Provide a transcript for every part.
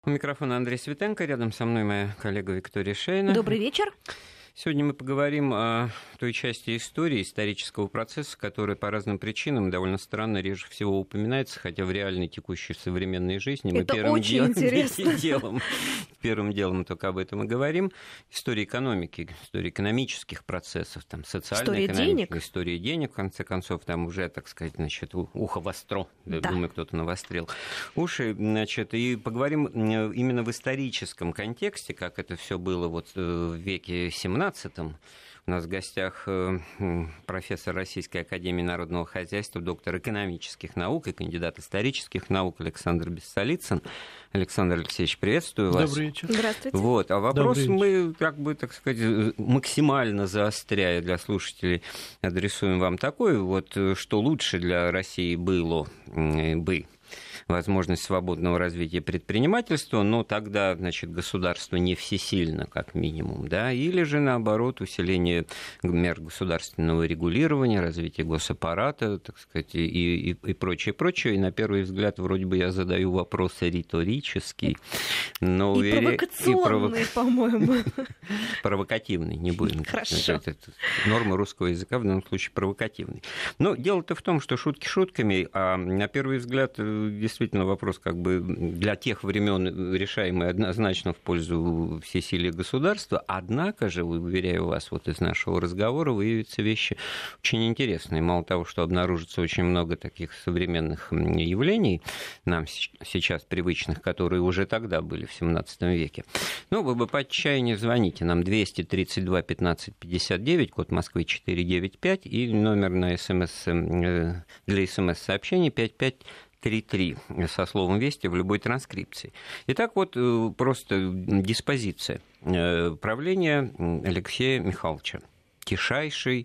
У микрофона Андрей Светенко, рядом со мной моя коллега Виктория Шейна. Добрый вечер. Сегодня мы поговорим о той части истории, исторического процесса, которая по разным причинам довольно странно реже всего упоминается, хотя в реальной текущей современной жизни мы первым делом только об этом и говорим. История экономики, история экономических процессов, там, социально-экономических, история денег, в конце концов, там уже, так сказать, значит, ухо востро, думаю, кто-то навострил уши, значит, и поговорим именно в историческом контексте, как это все было вот в веке XVII. У нас в гостях профессор Российской академии народного хозяйства, доктор экономических наук и кандидат исторических наук Александр Бессолицын. Александр Алексеевич, приветствую вас. Добрый вечер. Здравствуйте. Вот, а вопрос мы, как бы, так сказать, максимально заостряя для слушателей, адресуем вам такой, вот, что лучше для России было бы возможность свободного развития предпринимательства, но тогда, значит, государство не всесильно, как минимум, да, или же, наоборот, усиление мер государственного регулирования, развитие госаппарата, так сказать, и прочее, прочее. И на первый взгляд, вроде бы я задаю вопрос риторический, но провокационный, по-моему. Провокативный, не будем. Хорошо. Это норма русского языка, в данном случае провокативный. Но дело-то в том, что шутки шутками, а на первый взгляд, действительно, вопрос как бы для тех времен решаемый однозначно в пользу всесилия государства. Однако же, уверяю вас, вот из нашего разговора выявятся вещи очень интересные. Мало того, что обнаружится очень много таких современных явлений, нам сейчас привычных, которые уже тогда были в XVII веке. Ну, вы бы по отчаянию звоните нам 232 15 59, код Москвы 495 и номер на СМС, для СМС-сообщений 5533 со словом «Вести» в любой транскрипции. Итак, вот просто диспозиция. Правление Алексея Михайловича. Тишайший,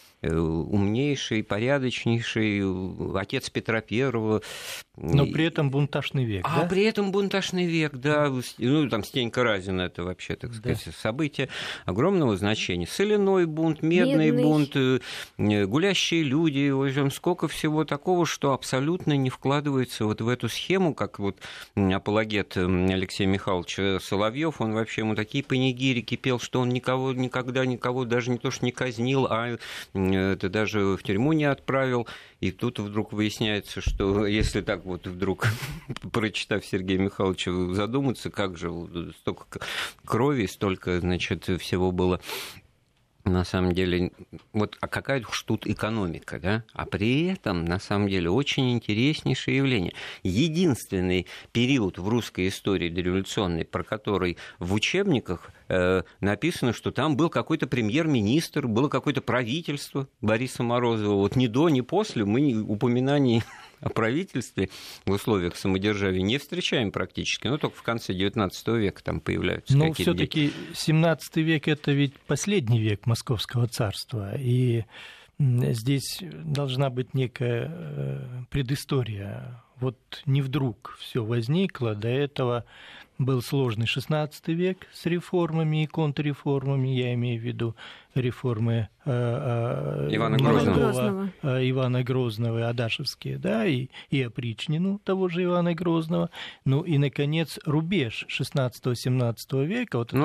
умнейший, порядочнейший, отец Петра Первого. Но при этом бунтажный век, да? А при этом бунтажный век, да. Ну, там Стенька Разин, это вообще, так сказать, событие огромного значения. Соляной бунт, медный бунт, гулящие люди, в общем, сколько всего такого, что абсолютно не вкладывается вот в эту схему, как вот апологет Алексея Михайловича Соловьев, он вообще ему такие панигирики пел, что он никогда никого даже не то что не казнил, а это даже в тюрьму не отправил. И тут вдруг выясняется, что если так вот вдруг, прочитав Сергея Михайловича, задуматься, как же столько крови, столько, значит, всего было. На самом деле, вот, а какая уж тут экономика, да? А при этом, на самом деле, очень интереснейшее явление. Единственный период в русской истории дореволюционной, про который в учебниках написано, что там был какой-то премьер-министр, было какое-то правительство Бориса Морозова. Вот ни до, ни после мы упоминаний о правительстве в условиях самодержавия не встречаем практически, но только в конце XIX века там появляются какие-то... Но все-таки XVII век – это ведь последний век Московского царства, и здесь должна быть некая предыстория. Вот не вдруг все возникло, до этого был сложный XVI век с реформами и контрреформами, я имею в виду реформы Ивана Грозного, Адашевские, да, и опричнину того же Ивана Грозного. Ну и, наконец, рубеж XVI-XVII века, вот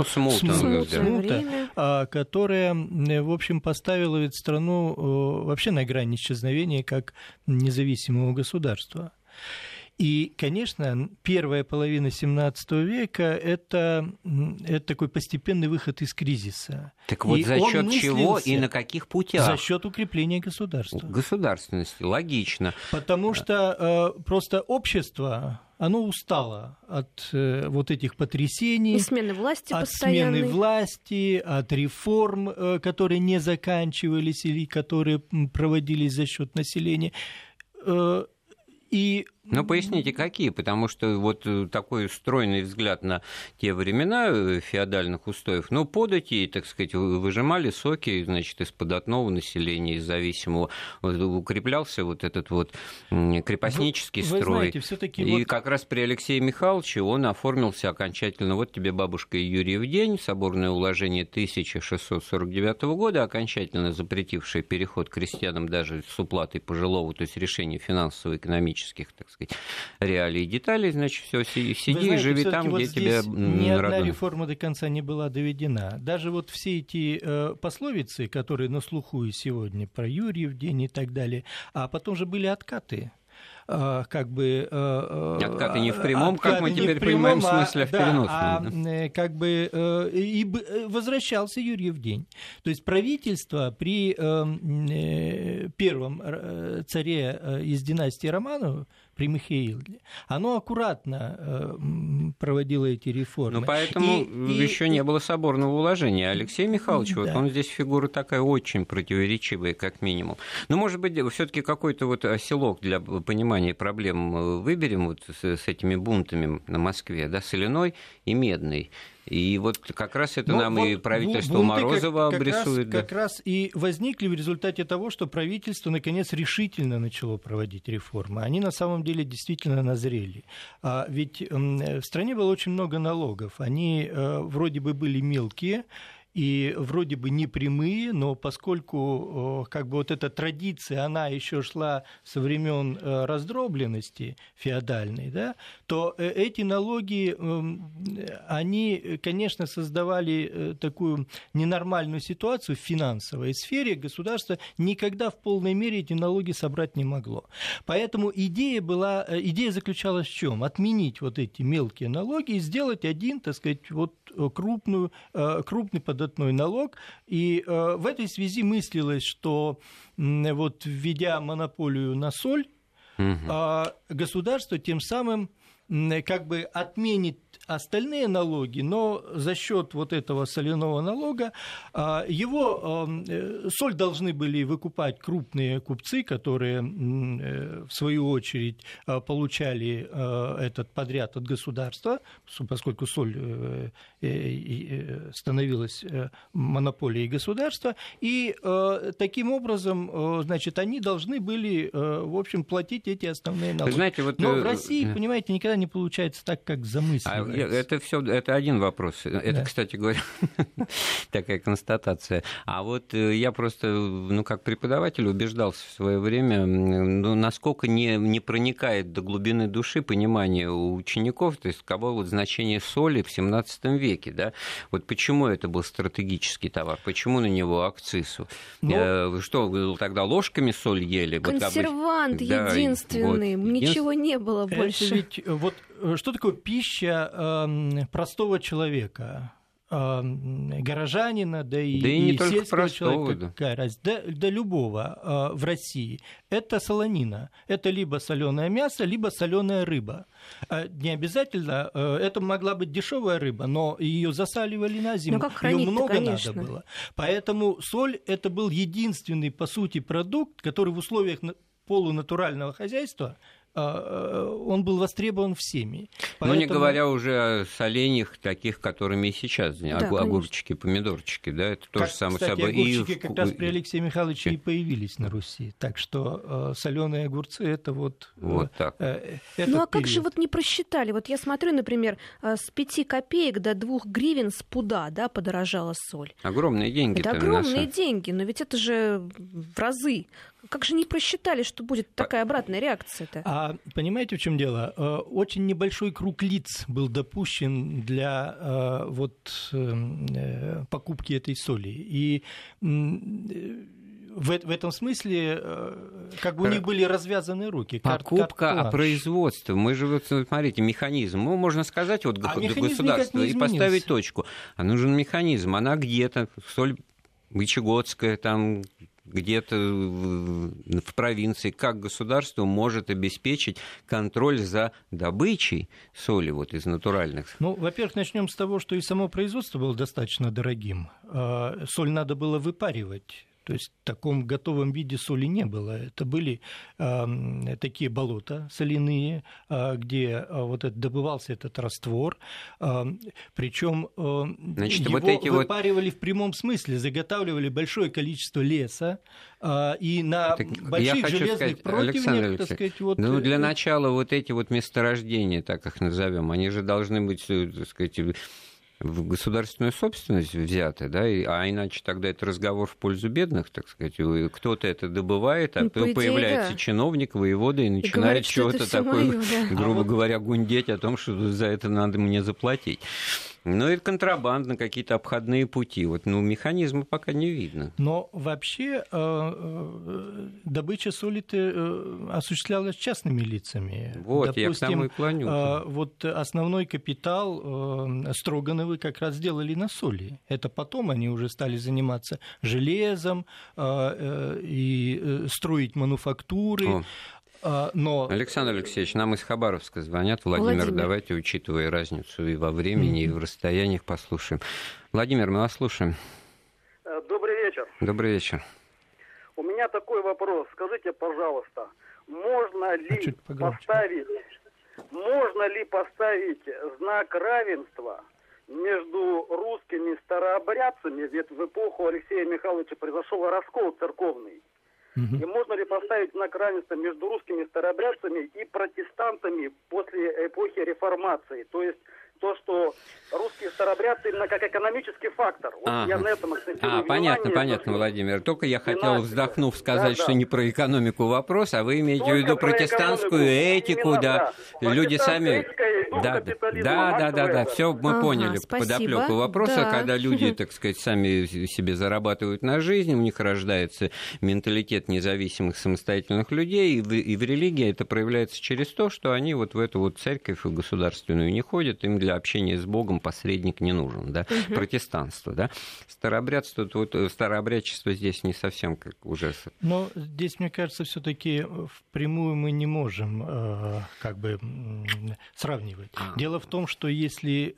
смута, которая, в общем, поставила ведь страну вообще на грани исчезновения как независимого государства. И, конечно, первая половина XVII века – это такой постепенный выход из кризиса. Так вот, за счет чего и на каких путях? За счет укрепления государства. Государственности, логично. Потому что просто общество, оно устало от вот этих потрясений. И смены власти от постоянной. Смены власти, от реформ, которые не заканчивались или которые проводились за счет населения. Ну, поясните, какие? Потому что вот такой стройный взгляд на те времена феодальных устоев, ну, подати, так сказать, выжимали соки, значит, из податного населения, из зависимого, укреплялся вот этот вот крепостнический строй. Знаете, всё-таки и вот... как раз при Алексее Михайловиче он оформился окончательно. Вот тебе бабушка и Юрьев день, соборное уложение 1649 года, окончательно запретившее переход крестьянам даже с уплатой пожилого, то есть решение финансово-экономических, так сказать, сказать, реалии и деталей, значит, все, сиди знаете, и живи там, вот где тебе ни одна родной. реформа до конца не была доведена. Даже вот все эти пословицы, которые на слуху и сегодня, про Юрьев день и так далее, а потом же были откаты. Как бы... Откаты не в прямом, как мы теперь понимаем, в смысле, в переносном. Как бы и возвращался Юрьев день. То есть правительство при первом царе из династии Романовых, при Михаиле, оно аккуратно проводило эти реформы. Ну, поэтому еще не было соборного уложения. Алексей Михайлович, вот он здесь фигура такая очень противоречивая, как минимум. Но, может быть, все-таки какой-то вот оселок для понимания проблем выберем вот с этими бунтами на Москве, да, соляной и медный. И вот как раз это нам вот и правительство Морозова обрисует. Как раз и возникли в результате того, что правительство наконец решительно начало проводить реформы. Они на самом деле действительно назрели. Ведь в стране было очень много налогов. Они вроде бы были мелкие и вроде бы непрямые, но поскольку как бы вот эта традиция, она еще шла со времен раздробленности феодальной, да, то эти налоги, они, конечно, создавали такую ненормальную ситуацию в финансовой сфере. Государство никогда в полной мере эти налоги собрать не могло. Поэтому идея заключалась в чем? Отменить вот эти мелкие налоги и сделать один, так сказать, вот крупный податной налог. И в этой связи мыслилось, что вот введя монополию на соль, государство тем самым как бы отменит остальные налоги, но за счет вот этого соляного налога соль должны были выкупать крупные купцы, которые в свою очередь получали этот подряд от государства, поскольку соль становилась монополией государства, и таким образом, значит, они должны были, в общем, платить эти основные налоги. Знаете, вот, но в России, понимаете, никогда не получается так, как замысливается. Это один вопрос. Это, да. Кстати говоря, такая констатация. А вот я просто, как преподаватель убеждался в свое время, насколько не проникает до глубины души понимание у учеников, то есть каково вот значение соли в XVII веке, да? Вот почему это был стратегический товар, почему на него акцизу? Что, вы тогда ложками соль ели? Консервант единственный, ничего не было больше. Это ведь, вот что такое пища простого человека? Горожанина, да и не только сельского простого, человека, да любого в России, это солонина. Это либо соленое мясо, либо соленая рыба. Не обязательно, это могла быть дешевая рыба, но ее засаливали на зиму, ее много конечно. надо было. Поэтому соль это был единственный, по сути, продукт, который в условиях полунатурального хозяйства он был востребован всеми. Поэтому... не говоря уже о соленьях, таких, которыми и сейчас, огурчики, помидорчики, да, это тоже самое собой. Огурчики как раз при Алексее Михайловиче и появились на Руси, так что соленые огурцы это вот так. Как же вот не просчитали? Вот я смотрю, например, с 5 копеек до 2 гривен с пуда, да, подорожала соль. Огромные деньги. Это огромные деньги, но ведь это же в разы. Как же не просчитали, что будет такая обратная реакция-то? Понимаете, в чем дело? Очень небольшой круг лиц был допущен для покупки этой соли. И в этом смысле как бы у них были развязаны руки. Покупка, производство. Мы же, вот, смотрите, механизм. Можно сказать вот государство и поставить точку. А нужен механизм. Она где-то, соль Вычегодская, там... где-то в провинции, как государство может обеспечить контроль за добычей соли вот из натуральных? Во-первых, начнем с того, что и само производство было достаточно дорогим. Соль надо было выпаривать. То есть в таком готовом виде соли не было. Это были такие болота соляные, где добывался этот раствор. Причем его выпаривали в прямом смысле, заготавливали большое количество леса. И на больших железных противнях, так сказать... для начала вот эти вот месторождения, так их назовем, они же должны быть, так сказать... в государственную собственность взяты, да, а иначе тогда это разговор в пользу бедных, так сказать. Кто-то это добывает, а то появляется чиновник, воевода и начинает чего-то такое, грубо говоря, гундеть о том, что за это надо мне заплатить. Ну, это контрабанда, какие-то обходные пути. Вот, механизма пока не видно. Но вообще добыча соли осуществлялась частными лицами. Вот, допустим, я к тому и клоню. Вот основной капитал Строгановы как раз сделали на соли. Это потом они уже стали заниматься железом и строить мануфактуры. Но... Александр Алексеевич, нам из Хабаровска звонят. Владимир, давайте, учитывая разницу и во времени, и в расстояниях, послушаем. Владимир, мы вас слушаем. Добрый вечер. Добрый вечер. У меня такой вопрос. Скажите, пожалуйста, можно ли поставить знак равенства между русскими старообрядцами, ведь в эпоху Алексея Михайловича произошел раскол церковный. И можно ли поставить знак равенства между русскими старообрядцами и протестантами после эпохи реформации? То есть то, что русские старообрядцы именно как экономический фактор. Вот я на этом акцентирую внимание. Понятно, Владимир. Только я хотел, вздохнув, сказать, что не про экономику вопрос, а вы имеете в виду протестантскую этику, да. Люди сами... Да, все, мы поняли подоплеку вопроса, когда люди, так сказать, сами себе зарабатывают на жизнь, у них рождается менталитет независимых самостоятельных людей, и в религии это проявляется через то, что они вот в эту вот церковь государственную не ходят, им для общения с Богом посредник не нужен, да, протестанство, да. Старообрядчество здесь не совсем как уже... Но здесь, мне кажется, все-таки впрямую мы не можем сравнивать. Дело в том, что если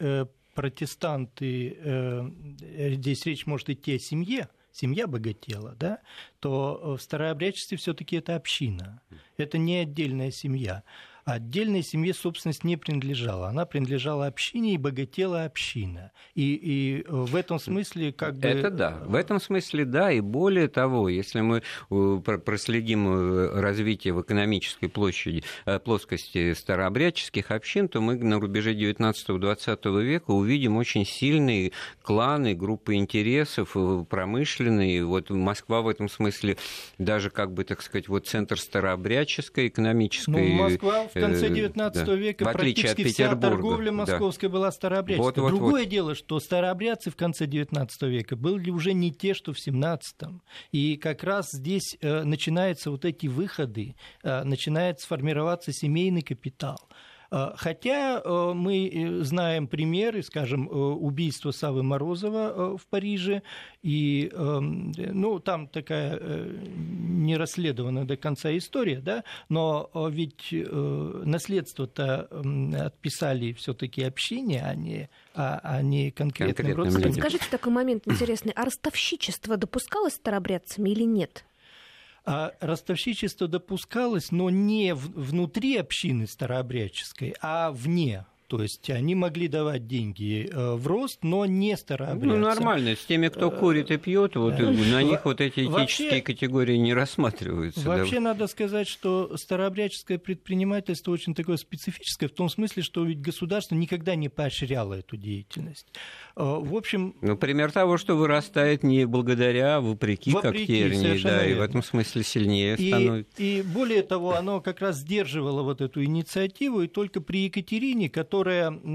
протестанты, здесь речь может идти о семья богатела, да, то в старообрядчестве все-таки это община, это не отдельная семья. Отдельной семье собственность не принадлежала. Она принадлежала общине, и богатела община. И в этом смысле Это да. В этом смысле да. И более того, если мы проследим развитие в экономической плоскости старообрядческих общин, то мы на рубеже 19-20 века увидим очень сильные кланы, группы интересов, промышленные. Вот Москва в этом смысле даже, центр старообрядческой, экономической... Москва в конце XIX века практически вся торговля московская была старообрядческая. Другое дело, что старообрядцы в конце XIX века были уже не те, что в XVII. И как раз здесь начинаются вот эти выходы, начинает сформироваться семейный капитал. Хотя мы знаем примеры, скажем, убийства Саввы Морозова в Париже, и там такая не расследованная до конца история, да, но ведь наследство-то отписали все-таки общине, а не конкретным родственникам. Скажите такой момент интересный, а ростовщичество допускалось старообрядцами или нет? А ростовщичество допускалось, но не внутри общины старообрядческой, а вне. То есть они могли давать деньги в рост, но не старообрядцам. Нормально, с теми, кто курит и пьет, на них вот эти этические категории не рассматриваются. Вообще надо сказать, что старообрядческое предпринимательство очень такое специфическое, в том смысле, что ведь государство никогда не поощряло эту деятельность. В общем... пример того, что вырастает не благодаря, а вопреки как тернии, да, и в этом смысле сильнее становится. И более того, оно как раз сдерживало вот эту инициативу, и только при Екатерине, которая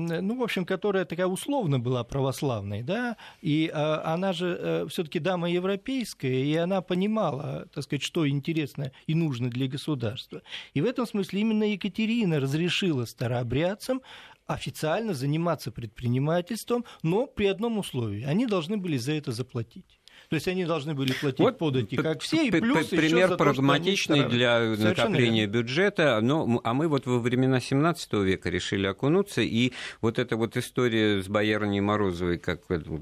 такая условно была православной, да, и она же все-таки дама европейская, и она понимала, так сказать, что интересно и нужно для государства. И в этом смысле именно Екатерина разрешила старообрядцам официально заниматься предпринимательством, но при одном условии: они должны были за это заплатить. То есть они должны были платить подати, как все, и плюс пример еще прагматичный для накопления бюджета. А мы вот во времена XVII века решили окунуться, и вот эта вот история с боярыней Морозовой, как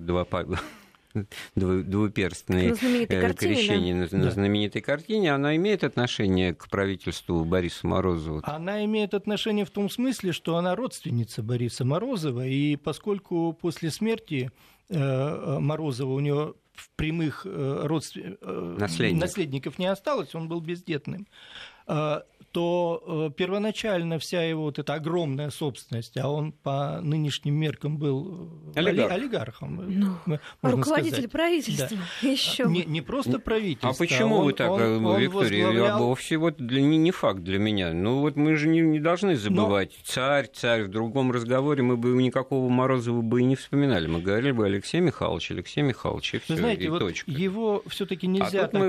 двуперстные крещения на знаменитой картине, она имеет отношение к правительству Бориса Морозова? Она имеет отношение в том смысле, что она родственница Бориса Морозова, и поскольку после смерти Морозова у нее прямых наследников не осталось, он был бездетным, то то первоначально вся его вот эта огромная собственность, а он по нынешним меркам был олигархом, руководитель правительства еще. Не просто правительство. А почему вы так, Виктория? Вовсе вот не факт для меня. Ну вот мы же не должны забывать. Царь, в другом разговоре мы бы никакого Морозова бы и не вспоминали. Мы говорили бы Алексей Михайлович, и все, вы знаете, и вот точка. Его все-таки нельзя так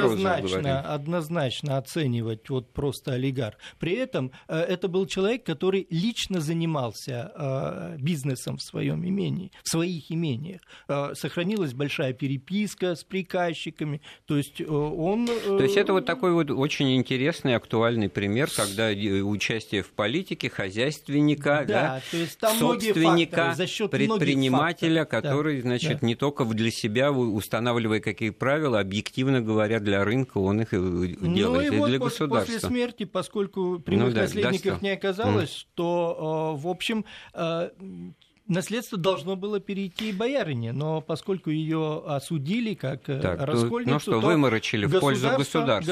однозначно оценивать вот просто олигарх. При этом это был человек, который лично занимался бизнесом в своем имении, в своих имениях. Сохранилась большая переписка с приказчиками. То есть он... То есть это вот такой вот очень интересный, актуальный пример, когда участие в политике хозяйственника, то есть там собственника, предпринимателя, факторов, который, значит, не только для себя, устанавливая какие правила, объективно говоря, для рынка он их делает, и вот для государства. После смерти, поскольку прямых наследников не оказалось, то, в общем, наследство должно было перейти боярине, но поскольку ее осудили как раскольницу, то выморочили в пользу государства.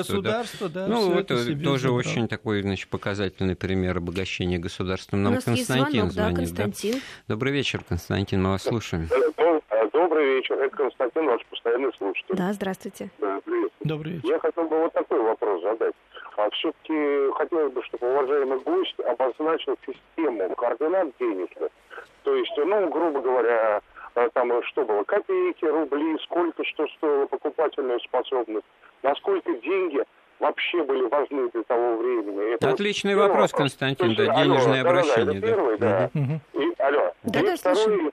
Это тоже очень такой, значит, показательный пример обогащения государства. Нам Константин звонит. Константин. Добрый вечер, Константин, мы вас слушаем. Добрый вечер, это Константин, ваш постоянный слушатель. Да, здравствуйте. Да, привет. Добрый вечер. Я хотел бы вот такой вопрос задать. Все-таки хотелось бы, чтобы уважаемый гость обозначил систему координат денежных. То есть, грубо говоря, там что было, копейки, рубли, сколько что стоило покупательную способность, насколько деньги вообще были важны для того времени. Это отличный вопрос, Константин, денежное обращение. Это первый, да. И второй,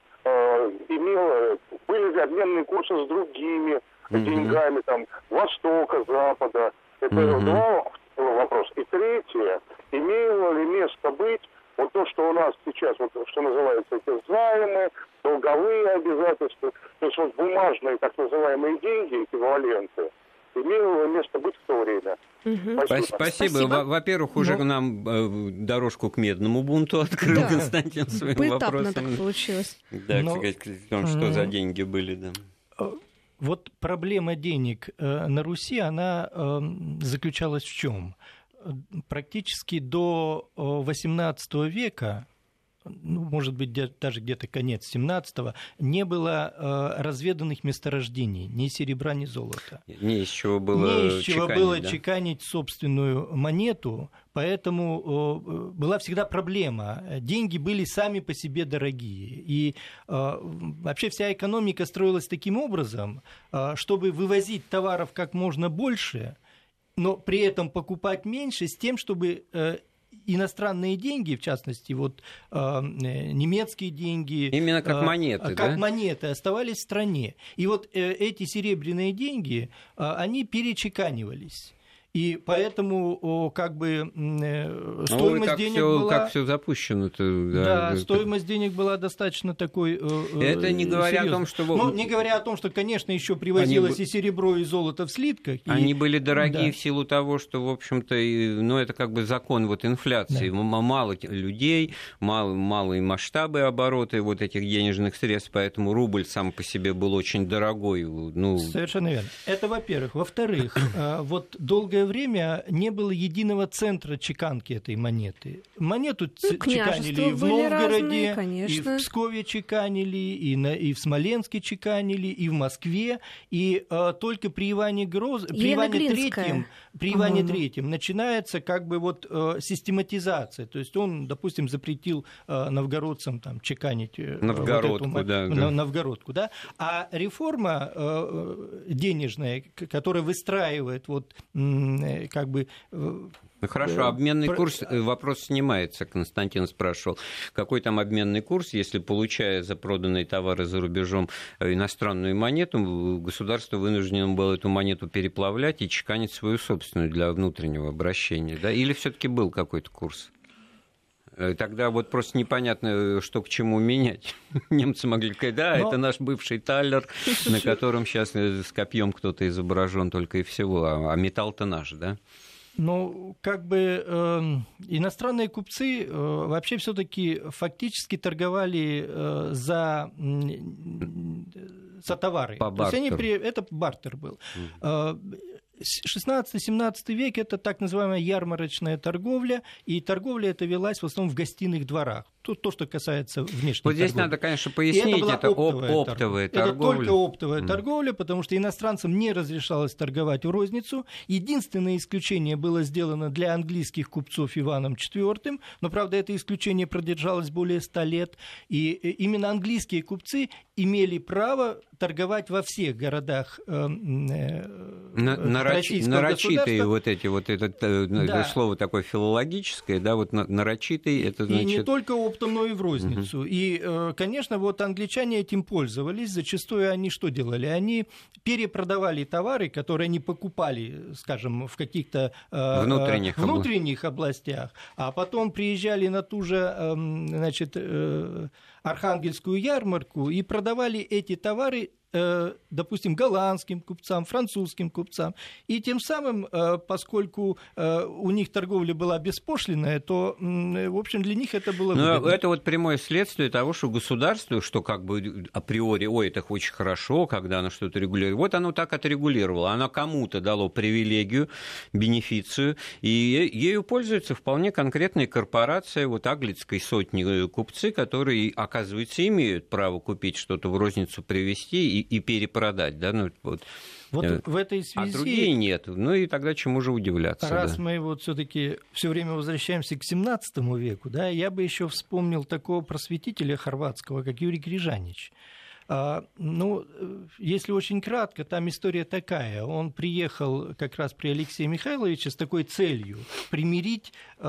были ли обменные курсы с другими деньгами, там, Востока, Запада. Это два вопроса. И третье, имело ли место быть вот то, что у нас сейчас, вот, что называется, эти займы, долговые обязательства, то есть вот бумажные так называемые деньги, эквиваленты, имело место быть в то время. Спасибо. Во-первых, уже нам дорожку к медному бунту открыл Константин своим вопросом. Так получилось. Да, сказать о том, что за деньги были, да. Вот проблема денег на Руси, она заключалась в чем? Практически до XVIII века, может быть, даже где-то конец XVII, не было разведанных месторождений ни серебра, ни золота. Не из чего было чеканить собственную монету, поэтому была всегда проблема. Деньги были сами по себе дорогие. И вообще вся экономика строилась таким образом, чтобы вывозить товаров как можно больше, но при этом покупать меньше, с тем, чтобы иностранные деньги, в частности, вот немецкие деньги... Именно как монеты, как монеты оставались в стране. И вот эти серебряные деньги, они перечеканивались. И поэтому как бы стоимость денег была... Как все запущено-то. Да, стоимость денег была достаточно такой это не говоря серьезной. О том, что... Ну, не говоря о том, что, конечно, еще привозилось и серебро, и золото в слитках. Они были дорогие в силу того, что, в общем-то, это как бы закон вот инфляции. Да. Мало людей, малые масштабы оборота вот этих денежных средств, поэтому рубль сам по себе был очень дорогой. Совершенно верно. Это, во-первых. Во-вторых, вот долгое время не было единого центра чеканки этой монеты. Монету чеканили и в Новгороде, разные, и в Пскове чеканили, и в Смоленске чеканили, и в Москве. И только при Иване Третьем начинается как бы вот систематизация. То есть он, допустим, запретил новгородцам там чеканить новгородку, да? А реформа денежная, которая выстраивает вот как бы... Хорошо, обменный курс, вопрос снимается, Константин спрашивал. Какой там обменный курс, если, получая за проданные товары за рубежом иностранную монету, государство вынуждено было эту монету переплавлять и чеканить свою собственную для внутреннего обращения, да? Или все-таки был какой-то курс? Тогда вот просто непонятно, что к чему менять. Немцы могли сказать, это наш бывший талер, на котором сейчас с копьем кто-то изображен только и всего, а металл-то наш, да? Ну, как бы иностранные купцы вообще все-таки фактически торговали за товары. По бартеру. Это бартер был. 16-17 век – это так называемая ярмарочная торговля, и торговля эта велась в основном в гостиных дворах. То, что касается внешней торговли. Вот здесь надо, конечно, пояснить, это оптовая торговля. Это только оптовая торговля, потому что иностранцам не разрешалось торговать в розницу. Единственное исключение было сделано для английских купцов Иваном IV, но, правда, это исключение продержалось более 100 лет, и именно английские купцы имели право торговать во всех городах нарочитые вот эти вот это слово такое филологическое, да, вот нарочитый, это значит... И не только оптом, но и в розницу. И, конечно, вот англичане этим пользовались. Зачастую они что делали? Они перепродавали товары, которые они покупали, скажем, в каких-то внутренних областях, а потом приезжали на ту же, значит, Архангельскую ярмарку и продавали эти товары, допустим, голландским купцам, французским купцам. И тем самым, поскольку у них торговля была беспошлинная, то, в общем, для них это было выгодно. Но это вот прямое следствие того, что государство, что как бы априори, это очень хорошо, когда оно что-то регулирует. Вот оно так отрегулировало. Оно кому-то дало привилегию, бенефицию, и ею пользуются вполне конкретные корпорации, вот Аглицкой сотни купцы, которые, оказывается, имеют право купить что-то в розницу, привезти и перепродать, да, ну, вот в этой связи... А другие нет. Ну и тогда чему же удивляться? Раз мы вот все-таки все время возвращаемся к XVII веку, да, я бы еще вспомнил такого просветителя хорватского, как Юрий Крижанич. Ну, если очень кратко, там история такая. Он приехал как раз при Алексее Михайловиче с такой целью примирить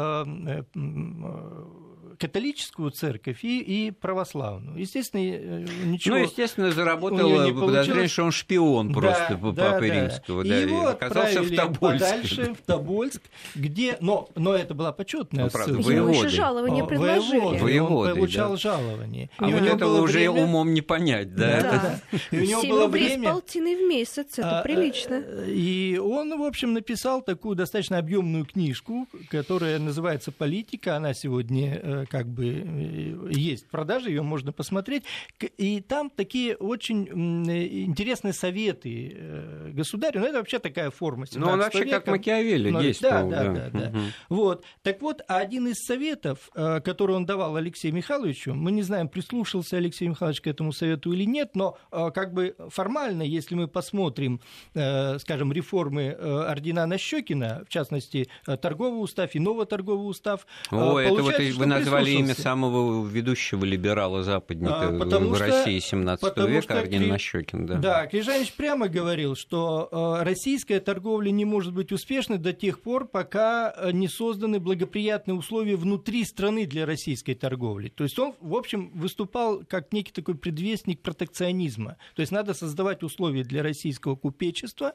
католическую церковь и православную. Естественно, ничего... Ну, естественно, заработало подозрение, что он шпион просто Папы Римского. И его отправили подальше, в Тобольск, где... Но это была почетная ссылка. Ему еще жалование предложили. Он получал жалование. А вот этого уже умом не понять. Да. 7 рублей с полтиной в месяц, это прилично. И он, в общем, написал такую достаточно объемную книжку, которая называется «Политика». Она сегодня как бы есть в продаже, ее можно посмотреть. И там такие очень интересные советы государю. Ну, это вообще такая форма 17 века. Ну, он вообще как Макиавелли действовал. Да. Вот. Так вот, один из советов, который он давал Алексею Михайловичу, мы не знаем, прислушался Алексей Михайлович к этому совету или нет, но как бы формально, если мы посмотрим, скажем, реформы ордена Нащекина, в частности, торговый устав и новый торговый устав, это вот вы назвали имя самого ведущего либерала-западника в России 17 века, орден Нащекин. Да, Крижанич прямо говорил, что российская торговля не может быть успешной до тех пор, пока не созданы благоприятные условия внутри страны для российской торговли. То есть он, в общем, выступал как некий такой предвестник протекционизма. То есть надо создавать условия для российского купечества,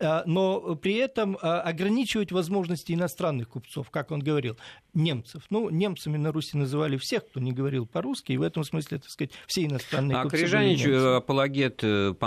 но при этом ограничивать возможности иностранных купцов, как он говорил, немцев. Ну, немцами на Руси называли всех, кто не говорил по-русски, и в этом смысле, так сказать, все иностранные купцы. А Крижанич апологет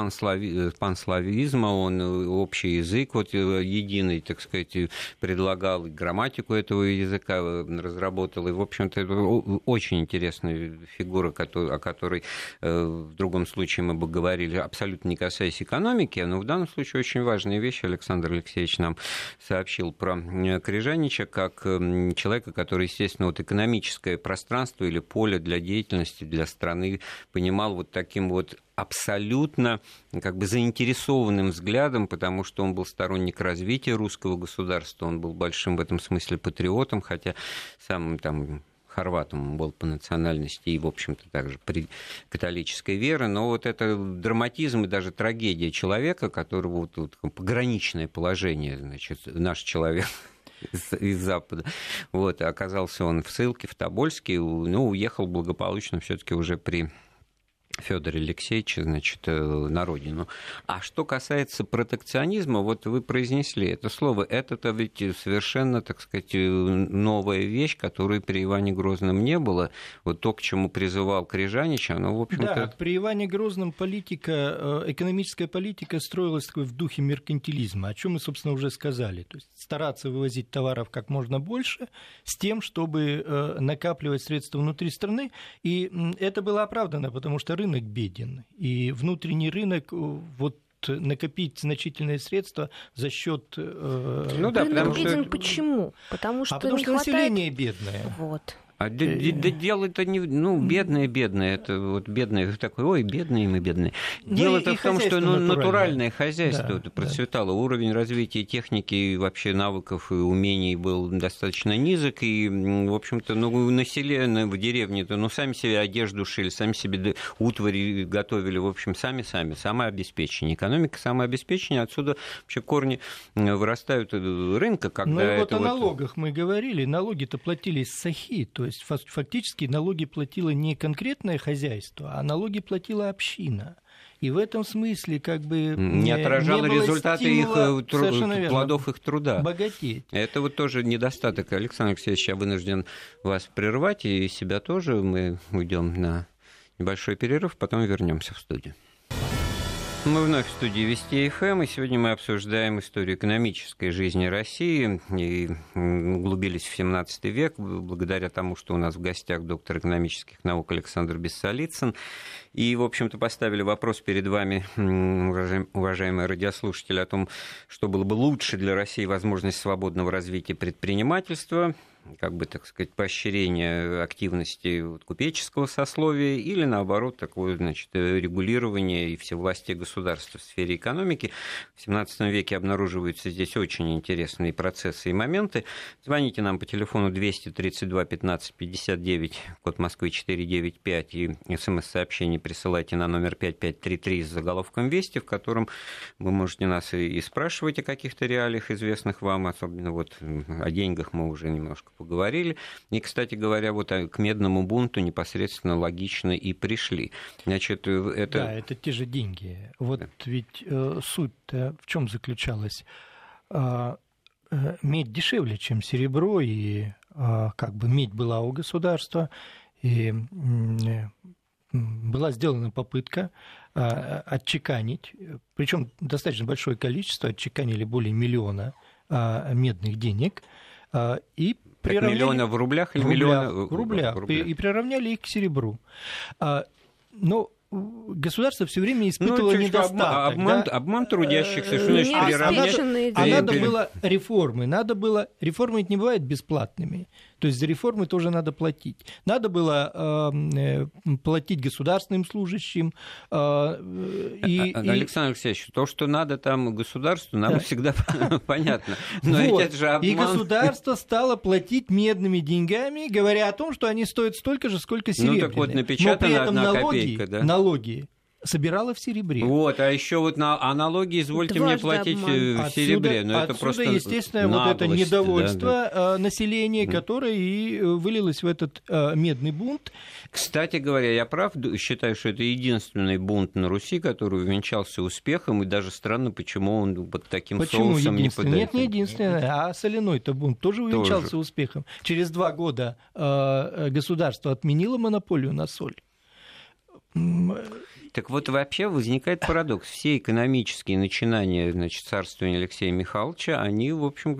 панславизма, он общий язык вот единый, так сказать, предлагал, грамматику этого языка разработал, и, в общем-то, это очень интересная фигура, о которой в другом случае мы бы говорили, абсолютно не касаясь экономики, но в данном случае очень важные вещи Александр Алексеевич нам сообщил про Крижанича как человека, который, естественно, вот экономическое пространство или поле для деятельности, для страны понимал вот таким вот абсолютно как бы заинтересованным взглядом, потому что он был сторонник развития русского государства, он был большим в этом смысле патриотом, хотя сам там хорватом был по национальности и, в общем-то, также при католической вере, но вот это драматизм и даже трагедия человека, которого вот пограничное положение, значит, наш человек из Запада, вот, оказался он в ссылке в Тобольске, ну, уехал благополучно все-таки уже при Фёдоре Алексеевиче, значит, на родину. А что касается протекционизма, вот вы произнесли это слово, это-то ведь совершенно, так сказать, новая вещь, которой при Иване Грозном не было. Вот то, к чему призывал Крижанич, оно, в общем-то... Да, при Иване Грозном экономическая политика строилась такой в духе меркантилизма, о чем мы, собственно, уже сказали. То есть стараться вывозить товаров как можно больше с тем, чтобы накапливать средства внутри страны. И это было оправдано, потому что рынок беден, и внутренний рынок вот накопить значительные средства за счет... Рынок беден почему? Потому что население бедное. Вот. Дело-то не... бедные, это вот бедные, такой, бедные мы бедные. Дело-то в том, что натуральное хозяйство процветало. Уровень развития техники и вообще навыков и умений был достаточно низок, и, в общем-то, население в деревне-то, сами себе одежду шили, сами себе утвари готовили, в общем, сами, самообеспечение. Экономика самообеспечения, отсюда вообще корни вырастают рынка, когда о налогах мы говорили, налоги-то платились сахи, то есть фактически налоги платило не конкретное хозяйство, а налоги платила община. И в этом смысле не отражало результаты их плодов их труда. Богатеть. Это вот тоже недостаток. Александр Алексеевич, я вынужден вас прервать, и себя тоже. Мы уйдем на небольшой перерыв, потом вернемся в студию. Мы вновь в студии Вести ФМ, и сегодня мы обсуждаем историю экономической жизни России и углубились в XVII век благодаря тому, что у нас в гостях доктор экономических наук Александр Бессолицын. И, в общем-то, поставили вопрос перед вами, уважаемые радиослушатели, о том, что было бы лучше для России возможность свободного развития предпринимательства, поощрение активности купеческого сословия или, наоборот, такое, регулирование и всевластие государства в сфере экономики. В XVII веке обнаруживаются здесь очень интересные процессы и моменты. Звоните нам по телефону 232 15 59, код Москвы 495, и смс-сообщение присылайте на номер 5533 с заголовком «Вести», в котором вы можете нас и спрашивать о каких-то реалиях, известных вам, особенно о деньгах мы уже немножко поговорили. И, кстати говоря, к медному бунту непосредственно логично и пришли. Значит, Да, это те же деньги. Ведь суть-то в чем заключалась? Медь дешевле, чем серебро, и медь была у государства, и была сделана попытка отчеканить, причем достаточно большое количество, отчеканили более 1 миллиона медных денег, и приравняли... Миллиона в рублях или в рублях, и приравняли их к серебру. Но государство все время испытывало недостаток. Обман трудящихся, что значит переравнять? А надо было реформы. Реформы ведь не бывают бесплатными. То есть за реформы тоже надо платить. Надо было платить государственным служащим. Александр Алексеевич, то, что надо там государству, нам всегда понятно. Но ведь это же обман. И государство стало платить медными деньгами, говоря о том, что они стоят столько же, сколько серебряные. Так вот, напечатана одна копейка, да? Налоги собирала в серебре. А еще налоги, извольте мне платить в серебре. Но это просто естественно, наглость, это недовольство населения, которое и вылилось в этот медный бунт. Кстати говоря, я прав, считаю, что это единственный бунт на Руси, который увенчался успехом, и даже странно, почему он под таким соусом не подается. Нет, не единственный, а соляной-то бунт тоже увенчался успехом. Через 2 года государство отменило монополию на соль. Так вот, вообще возникает парадокс. Все экономические начинания, царствования Алексея Михайловича, они, в общем,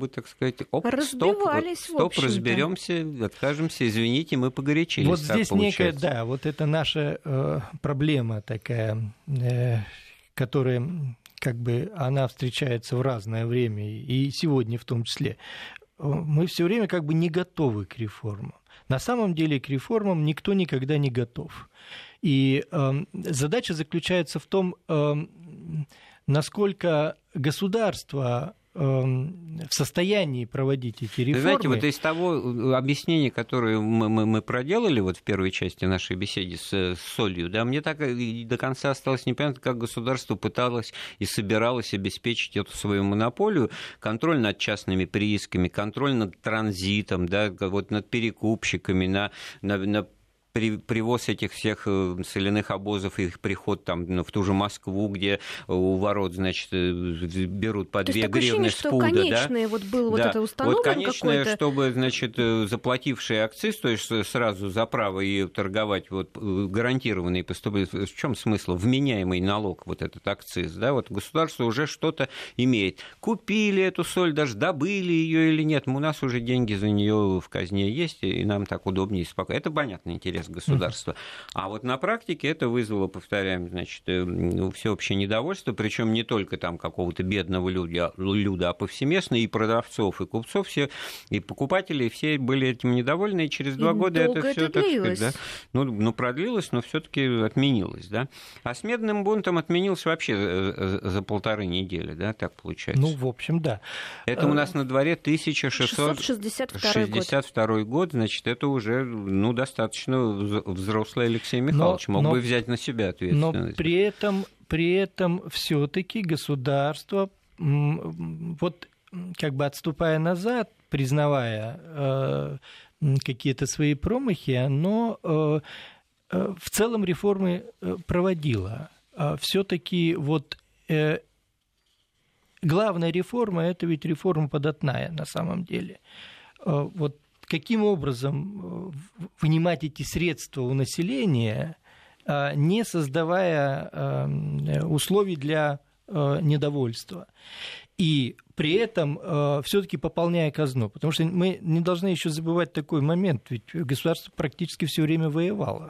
стоп, разберемся, откажемся, извините, мы погорячились. Вот здесь некая, это наша проблема такая, которая, она встречается в разное время, и сегодня в том числе. Мы все время не готовы к реформам. На самом деле к реформам никто никогда не готов. И задача заключается в том, насколько государство в состоянии проводить эти реформы. Знаете, из того объяснения, которое мы проделали в первой части нашей беседы с солью, мне так и до конца осталось непонятно, как государство пыталось и собиралось обеспечить эту свою монополию, контроль над частными приисками, контроль над транзитом, над перекупщиками, на привоз этих всех соляных обозов и их приход в ту же Москву, где у ворот, берут по 2 гривны с пуда. Конечное было это установлено конечное, чтобы, заплатившие акциз, то есть сразу за право ее торговать, гарантированный поступает. В чем смысл? Вменяемый налог, этот акциз, государство уже что-то имеет. Купили эту соль, даже добыли ее или нет, у нас уже деньги за нее в казне есть, и нам так удобнее и спокойнее. Это понятно, интересно. интерес государства. А вот на практике это вызвало, повторяем, значит, всеобщее недовольство, причем не только там какого-то бедного люда, а повсеместно и продавцов, и купцов, все, и покупатели, все были этим недовольны, и через 2 года это все, так сказать, да, ну, продлилось, но все-таки отменилось, да. А с медным бунтом отменилось вообще за 1,5 недели, да, так получается. Ну, в общем, да. Это у нас на дворе 1662 год, значит, это уже, ну, достаточно взрослый Алексей Михайлович, мог бы взять на себя ответственность. Но при этом все-таки государство, вот как бы отступая назад, признавая какие-то свои промахи, оно в целом реформы проводило. Все-таки вот главная реформа – это ведь реформа податная на самом деле. Вот каким образом вынимать эти средства у населения, не создавая условий для недовольства, и при этом все-таки пополняя казну, потому что мы не должны еще забывать такой момент, ведь государство практически все время воевало.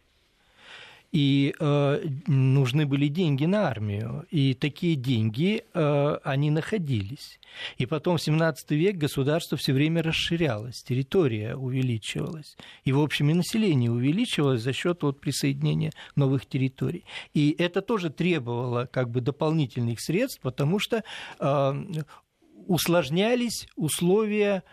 И нужны были деньги на армию, и такие деньги, они находились. И потом в XVII век государство все время расширялось, территория увеличивалась, и, в общем, и население увеличивалось за счет вот присоединения новых территорий. И это тоже требовало как бы дополнительных средств, потому что усложнялись условия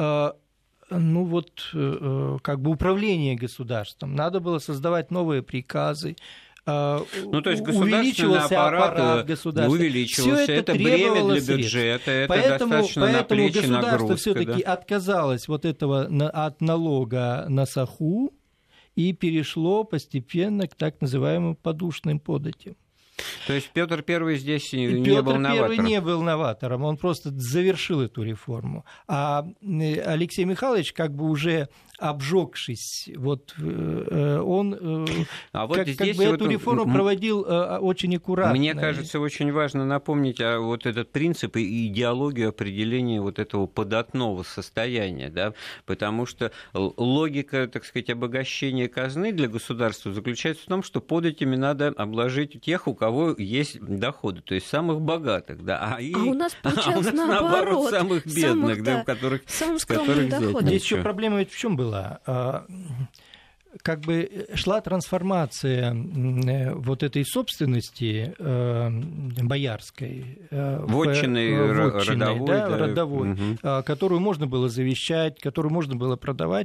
ну вот, как бы управление государством. Надо было создавать новые приказы. Ну, то есть государственный аппарат увеличивался, это бремя для бюджета, это достаточно на плечи нагрузка. Поэтому государство все-таки отказалось вот этого от налога на саху и перешло постепенно к так называемым подушным податям. То есть Петр I здесь не был новатором? Петр I не был новатором, он просто завершил эту реформу. А Алексей Михайлович, как бы уже обжегшись, вот он как бы эту реформу проводил очень аккуратно. Мне кажется, очень важно напомнить вот этот принцип и идеологию определения вот этого податного состояния, да, потому что логика, так сказать, обогащения казны для государства заключается в том, что податями надо обложить тех, у кого есть доходы, то есть самых богатых, да, у нас получалось наоборот, самых бедных, да, у которых доходов. Здесь еще проблема ведь в чем была? Как бы шла трансформация вот этой собственности боярской, вотчины родовой, которую можно было завещать, которую можно было продавать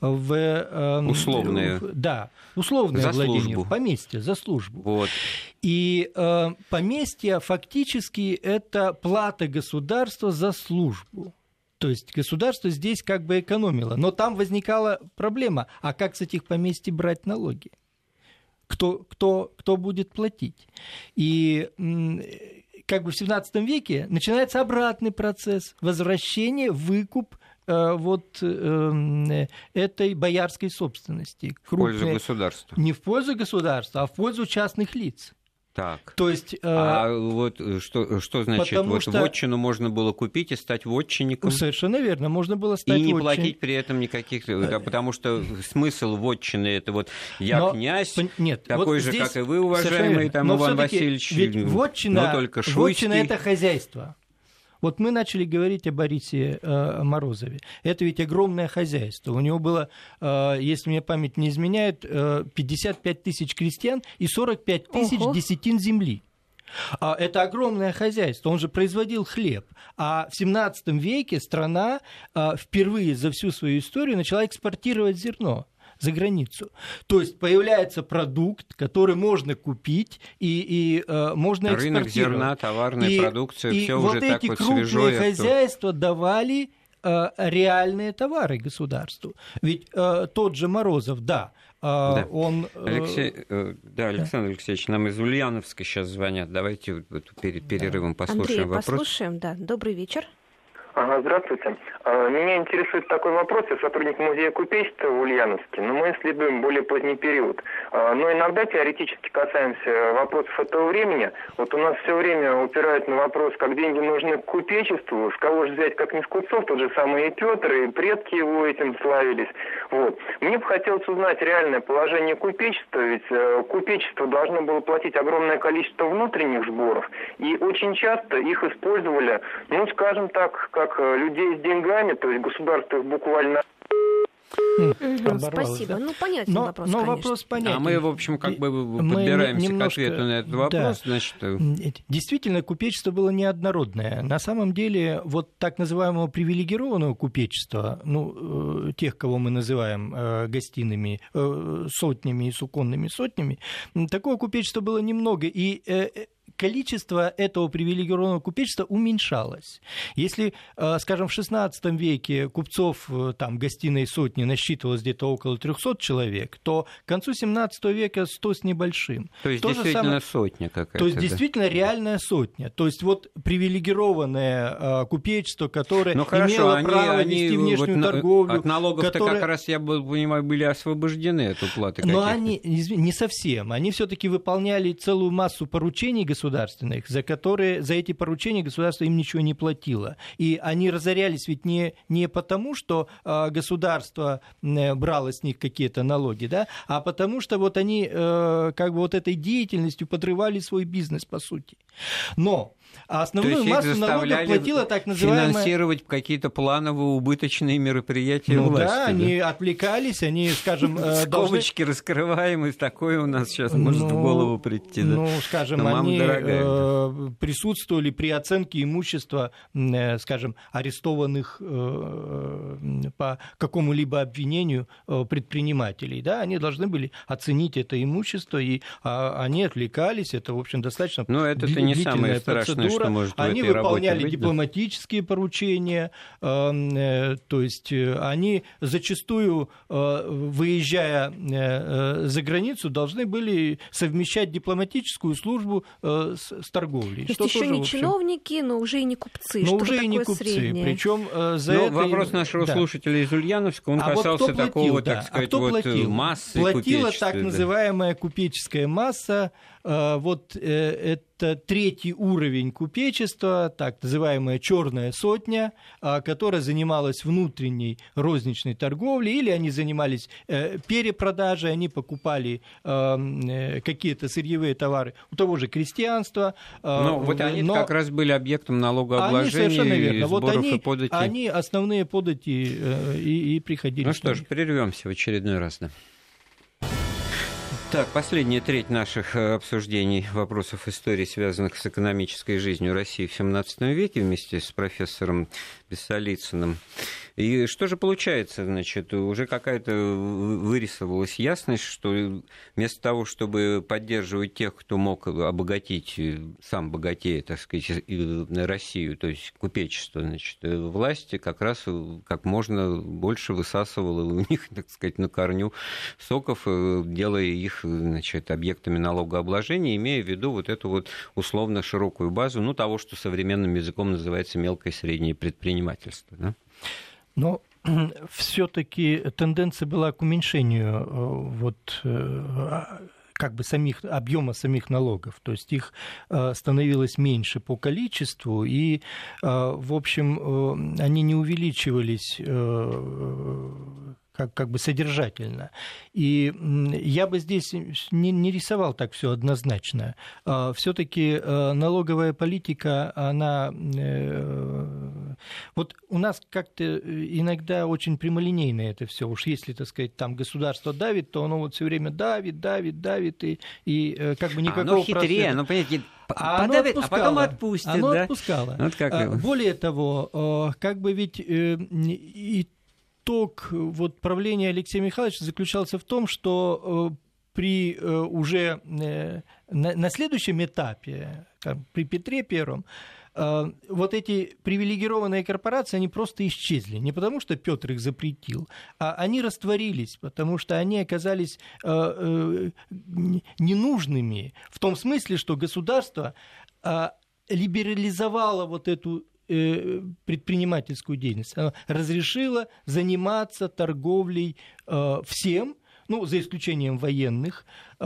в условное владение, в поместье, за службу. Вот. И поместье фактически это плата государства за службу. То есть государство здесь как бы экономило. Но там возникала проблема, а как с этих поместий брать налоги? Кто будет платить? И как бы в XVII веке начинается обратный процесс возвращения, выкуп вот этой боярской собственности. В пользу государства. Не в пользу государства, а в пользу частных лиц. Так. То есть, вот что значит, вот вотчину можно было купить и стать вотчинником? Совершенно верно, можно было стать и не платить при этом никаких, потому что смысл вотчины это вот князь, такой же, как и вы, уважаемый там Иван Васильевич, ведь вотчина это хозяйство. Вот мы начали говорить о Борисе Морозове. Это ведь огромное хозяйство. У него было, если мне память не изменяет, 55 тысяч крестьян и 45 тысяч десятин земли. Это огромное хозяйство. Он же производил хлеб. А в XVII веке страна впервые за всю свою историю начала экспортировать зерно за границу. То есть появляется продукт, который можно купить и можно экспортировать. Рынок зерна, товарная продукция, все вот уже так вот свежо. И вот эти крупные хозяйства давали реальные товары государству. Ведь тот же Морозов, он... Александр Алексеевич, нам из Ульяновска сейчас звонят. Давайте перед перерывом послушаем вопрос. Послушаем, да. Добрый вечер. Ага, здравствуйте. Меня интересует такой вопрос. Я сотрудник музея купечества в Ульяновске, но мы исследуем более поздний период. Но иногда теоретически касаемся вопросов этого времени. Вот у нас все время упирают на вопрос, как деньги нужны к купечеству, с кого же взять, как не с купцов, тот же самый и Петр, и предки его этим славились. Вот. Мне бы хотелось узнать реальное положение купечества, ведь купечество должно было платить огромное количество внутренних сборов, и очень часто их использовали, ну, скажем так, как людей с деньгами, то есть государство их буквально... Спасибо. Да? Ну, понятен вопрос, но конечно. Вопрос понятен. А мы, в общем, как бы подбираемся к ответу на этот вопрос. Да. Значит... Действительно, купечество было неоднородное. На самом деле, вот так называемого привилегированного купечества, ну, тех, кого мы называем гостиными сотнями и суконными сотнями, такого купечества было немного. И количество этого привилегированного купечества уменьшалось. Если, скажем, в XVI веке купцов там, гостиной сотни насчитывалось где-то около 300 человек, то к концу XVII века 100 с небольшим. То есть действительно сотня какая-то. То есть действительно реальная сотня. То есть вот привилегированное купечество, которое имело право вести внешнюю торговлю. От налогов-то как раз, я понимаю, были освобождены от уплаты каких-то. Но они не совсем. Они все-таки выполняли целую массу поручений государственных, за эти поручения государство им ничего не платило. И они разорялись ведь не потому, что государство брало с них какие-то налоги, да, а потому что вот они как бы вот этой деятельностью подрывали свой бизнес, по сути. Но основную массу налогов платила так называемая... финансировать какие-то плановые убыточные мероприятия власти. Да, они отвлекались, они, скажем... Скобочки раскрываем, и такое у нас сейчас может в голову прийти. Ну, скажем, они присутствовали при оценке имущества, скажем, арестованных по какому-либо обвинению предпринимателей. Да? Они должны были оценить это имущество, и они отвлекались. Это, в общем, достаточно длительная процедура. Что может они выполняли дипломатические поручения, то есть они зачастую, выезжая за границу, должны были совмещать дипломатическую службу с торговлей. То есть еще не чиновники, но уже и не купцы. Но уже и не купцы. Причем за это... Вопрос нашего слушателя из Ульяновска, он касался такого, так сказать, массы купечества. Платила так называемая купеческая масса. Вот это третий уровень купечества, так называемая черная сотня, которая занималась внутренней розничной торговлей, или они занимались перепродажей, они покупали какие-то сырьевые товары у того же крестьянства. Вот они как раз были объектом налогообложения и сборов и податей. Они основные подати и приходили. Ну что ж, прервемся в очередной раз. Да. Так, последняя треть наших обсуждений вопросов истории, связанных с экономической жизнью России в XVII веке, вместе с профессором Бессолицыным. И что же получается, значит, уже какая-то вырисовалась ясность, что вместо того, чтобы поддерживать тех, кто мог обогатить, сам богатея, так сказать, Россию, то есть купечество, значит, власти как раз как можно больше высасывала у них, так сказать, на корню соков, делая их, значит, объектами налогообложения, имея в виду вот эту вот условно широкую базу, того, что современным языком называется мелкое и среднее предпринимательство, да? Но все-таки тенденция была к уменьшению как бы объема самих налогов, то есть их становилось меньше по количеству, и, в общем, они не увеличивались как бы содержательно. И я бы здесь не рисовал так все однозначно. Все-таки налоговая политика, она... Вот у нас как-то иногда очень прямолинейно это все. Уж если, так сказать, там государство давит, то оно вот все время давит, и как бы никакого... Оно хитрее, понимаете, подавит, а потом отпустит. Оно отпускало. Вот более того, как бы ведь итог вот правления Алексея Михайловича заключался в том, что при уже на следующем этапе, при Петре Первом, вот эти привилегированные корпорации, они просто исчезли. Не потому, что Петр их запретил, а они растворились, потому что они оказались ненужными в том смысле, что государство либерализовало вот эту предпринимательскую деятельность. Она разрешила заниматься торговлей всем, ну, за исключением военных.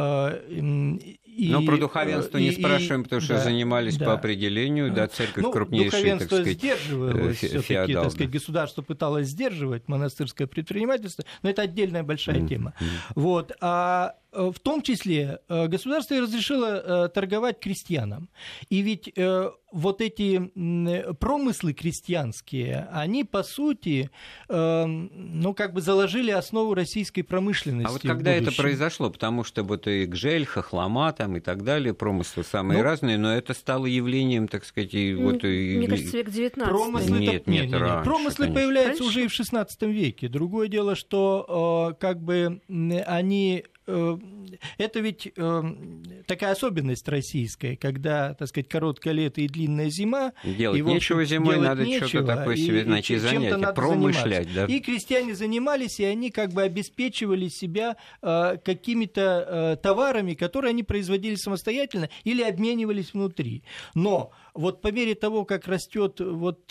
Но про духовенство не спрашиваем, потому что занимались по определению, да, церковь крупнейшая, так сказать, сдерживалось, все-таки, так сказать, государство пыталось сдерживать монастырское предпринимательство, но это отдельная большая тема. Вот. А в том числе государство разрешило торговать крестьянам. И ведь вот эти промыслы крестьянские, они, по сути, ну, как бы заложили основу российской промышленности. А вот когда это произошло? Потому что вот и гжель, хохлома там и так далее, промыслы самые разные, но это стало явлением, так сказать, вот... Мне кажется, век 19. Промыслы появляются уже и в XVI веке. Другое дело, что как бы они... Это ведь такая особенность российская, когда, так сказать, короткое лето и длинная зима. Делать нечего зимой, надо что-то такое себе найти занятие, промышлять. Да? И крестьяне занимались, и они как бы обеспечивали себя какими-то товарами, которые они производили самостоятельно или обменивались внутри. Но вот по мере того, как растет вот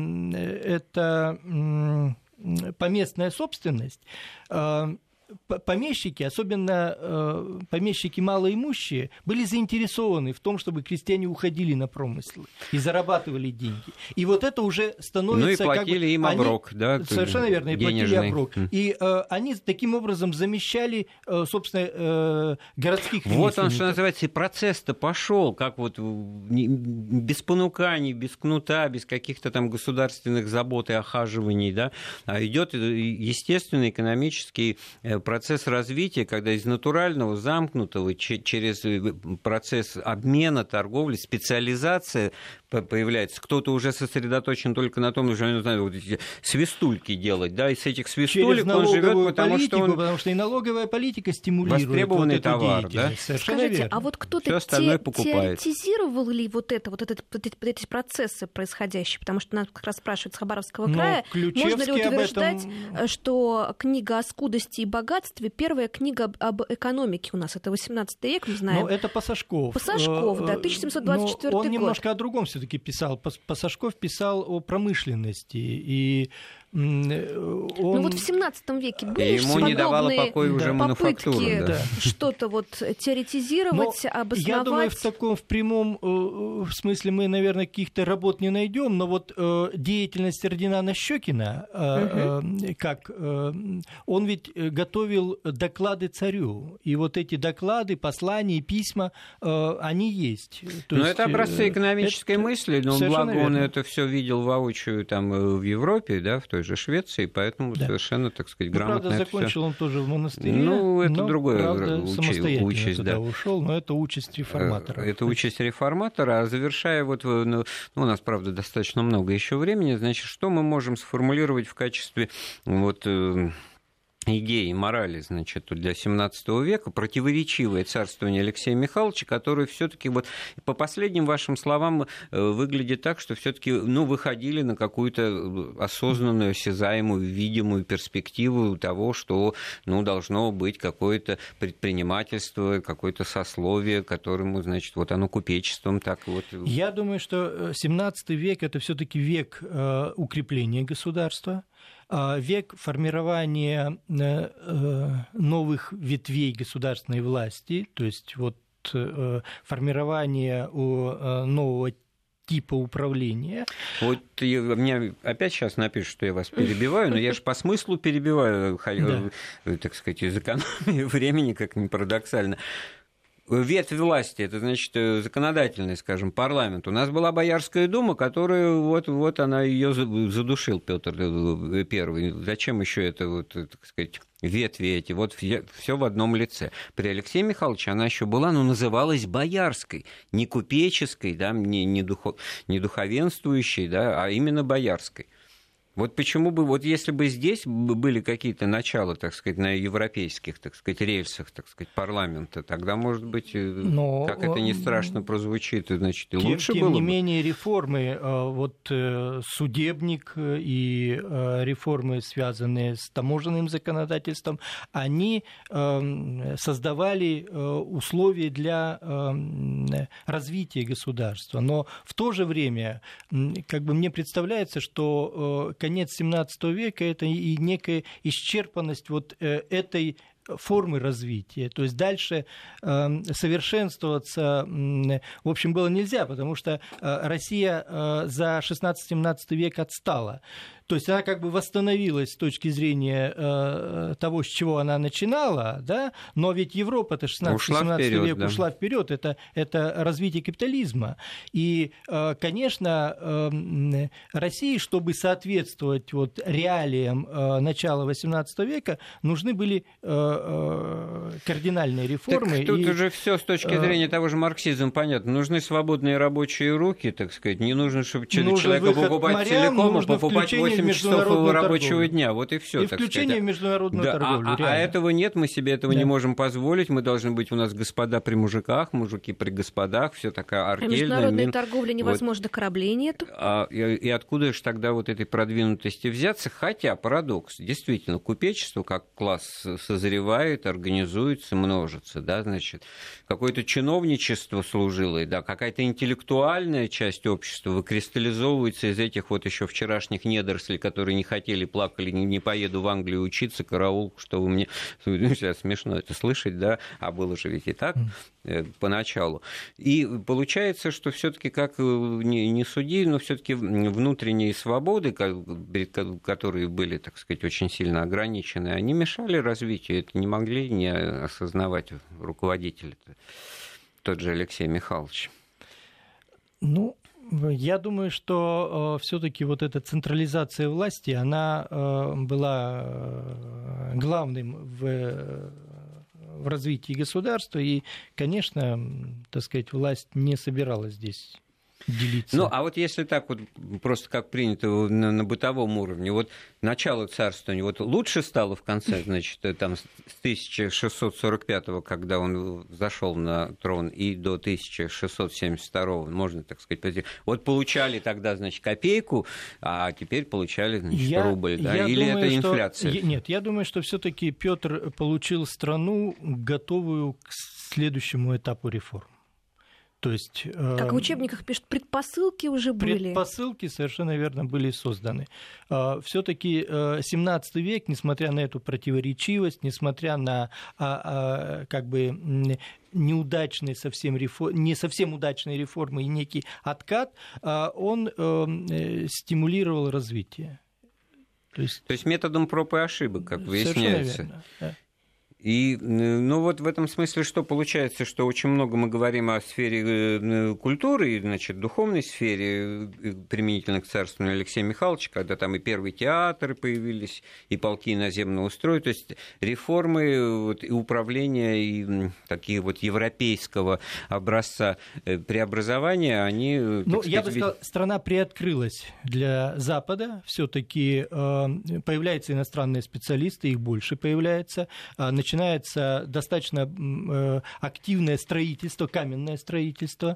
эта поместная собственность, помещики, особенно помещики малоимущие, были заинтересованы в том, чтобы крестьяне уходили на промыслы и зарабатывали деньги. И вот это уже становится... Ну и платили как бы, им оброк, да? Совершенно верно, и платили оброк. И они таким образом замещали, собственно, городских ремесленников. Вот он, что называется, и процесс-то пошел, как вот без понуканий, без кнута, без каких-то там государственных забот и охаживаний, да, а идет естественный экономический процесс развития, когда из натурального, замкнутого, через процесс обмена, торговли, специализация появляется. Кто-то уже сосредоточен только на том, что нужно вот эти свистульки делать, да, и с этих свистулек он живет, потому что и налоговая политика стимулирует востребованный вот эту товар, да? Скажите, верно. А вот кто-то теоретизировал ли вот эти процессы происходящие? Потому что нас как раз спрашивают с Хабаровского края, можно ли утверждать, что книга о скудости и богатстве, первая книга об экономике у нас, это 18 век, мы знаем. Ну, это Пасашков. Пасашков, да, 1724 год. Он немножко о другом все-таки писал. Пасашков писал о промышленности, и ну вот в 17 веке были ему не давала покоя уже мануфактура, да. Что-то вот теоретизировать, обосновать. Я думаю, в прямом смысле мы, наверное, каких-то работ не найдем, но вот деятельность Фердинанда Щекина, как он ведь готовил доклады царю, и вот эти доклады, послания, письма, они есть. Но это образцы экономической мысли, но благо он это все видел воочию там в Европе, да, в той же Швеции, поэтому совершенно, так сказать, грамотно. Правда, закончил он тоже в монастыре. Ну, это другая участь, туда ушел, но это участь реформатора. Это участь реформатора, а завершая вот, ну, у нас, правда, достаточно много еще времени, значит, что мы можем сформулировать в качестве вот идеи, морали, значит, для XVII века, противоречивое царствование Алексея Михайловича, которое все-таки вот по последним вашим словам выглядит так, что все-таки, ну, выходили на какую-то осознанную, осязаемую, видимую перспективу того, что, ну, должно быть какое-то предпринимательство, какое-то сословие, которому, значит, вот оно купечеством так вот. Я думаю, что XVII век – это все-таки век укрепления государства, век формирования новых ветвей государственной власти, то есть вот формирование нового типа управления. Вот мне опять сейчас напишут, что я вас перебиваю, но я же по смыслу перебиваю, так сказать, из экономии времени, как ни парадоксально. Ветвь власти, это значит законодательный, скажем, парламент. У нас была Боярская дума, которая вот она ее задушил Петр I. Зачем еще это, вот, так сказать, ветви эти? Вот все в одном лице. При Алексее Михайловиче она еще была, но называлась боярской, не купеческой, да, не духовенствующей, да, а именно боярской. Вот почему бы, вот если бы здесь были какие-то начала, так сказать, на европейских, так сказать, рельсах, так сказать, парламента, тогда, может быть, как это не страшно прозвучит, значит, и лучше было бы. Тем не менее, реформы, вот судебник и реформы, связанные с таможенным законодательством, они создавали условия для развития государства. Но в то же время, как бы мне представляется, что конец XVII века – это и некая исчерпанность вот этой формы развития. То есть дальше совершенствоваться, в общем, было нельзя, потому что Россия за XVI-XVII век отстала. То есть она как бы восстановилась с точки зрения того, с чего она начинала, да? Но ведь Европа-то 16-17 век ушла вперед, это развитие капитализма. И, конечно, России, чтобы соответствовать вот реалиям начала XVIII века, нужны были кардинальные реформы. Так тут уже все с точки зрения того же марксизма понятно. Нужны свободные рабочие руки, так сказать. Не нужно, чтобы человека покупать целиком, а покупать 8 часов рабочего дня. Вот и все. И включение в международную торговлю. А этого нет, мы себе этого не можем позволить. Мы должны быть у нас господа при мужиках, мужики при господах, все такая артельная. Международная торговля невозможно, вот. Кораблей нет. И откуда же тогда вот этой продвинутости взяться? Хотя парадокс. Действительно, купечество как класс созревает, организуется, множится. Да, значит, какое-то чиновничество служилое, да, какая-то интеллектуальная часть общества выкристаллизовывается из этих вот еще вчерашних недорослей, которые не хотели, плакали, не поеду в Англию учиться, караул, что вы мне... Сейчас смешно это слышать, да, а было же ведь и так поначалу. И получается, что все-таки как не суди, но все-таки внутренние свободы, которые были, так сказать, очень сильно ограничены, они мешали развитию, это не могли не осознавать руководители, тот же Алексей Михайлович. Ну, я думаю, что все-таки вот эта централизация власти, она была главным в развитии государства, и, конечно, так сказать, власть не собиралась здесь делиться. Ну, а вот если так вот, просто как принято на бытовом уровне, вот начало царствования, вот лучше стало в конце, значит, там с 1645-го, когда он зашел на трон, и до 1672-го, можно так сказать, вот получали тогда, значит, копейку, а теперь получали, значит, рубль, да? Или думаю, это инфляция? Нет, я думаю, что все-таки Петр получил страну, готовую к следующему этапу реформ. То есть, как в учебниках пишут, предпосылки уже были. Предпосылки совершенно верно были созданы. Все-таки 17 век, несмотря на эту противоречивость, несмотря на как бы неудачные совсем не совсем удачные реформы и некий откат, он стимулировал развитие. То есть методом проб и ошибок, как выясняется. Совершенно верно, да. И, ну, вот в этом смысле что получается, что очень много мы говорим о сфере культуры, значит, духовной сфере, применительно к царствованию Алексея Михайловича, когда там и первые театры появились, и полки наземного строя, то есть реформы вот, и управления, и такие вот европейского образца преобразования, они... Ну, я бы сказал, страна приоткрылась для Запада, все-таки появляются иностранные специалисты, их больше появляется, начинается достаточно активное строительство, каменное строительство,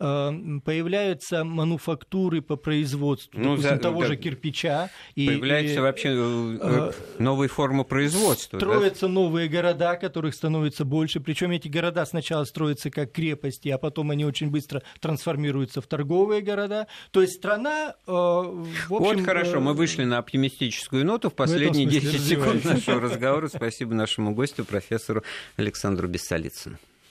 появляются мануфактуры по производству, того же кирпича. Появляются вообще новые формы производства. Строятся новые города, которых становится больше, причем эти города сначала строятся как крепости, а потом они очень быстро трансформируются в торговые города. То есть страна, в общем... Вот хорошо, мы вышли на оптимистическую ноту в последние 10 секунд нашего разговора. Спасибо нашему гостю, профессору Александру Бессолицыну.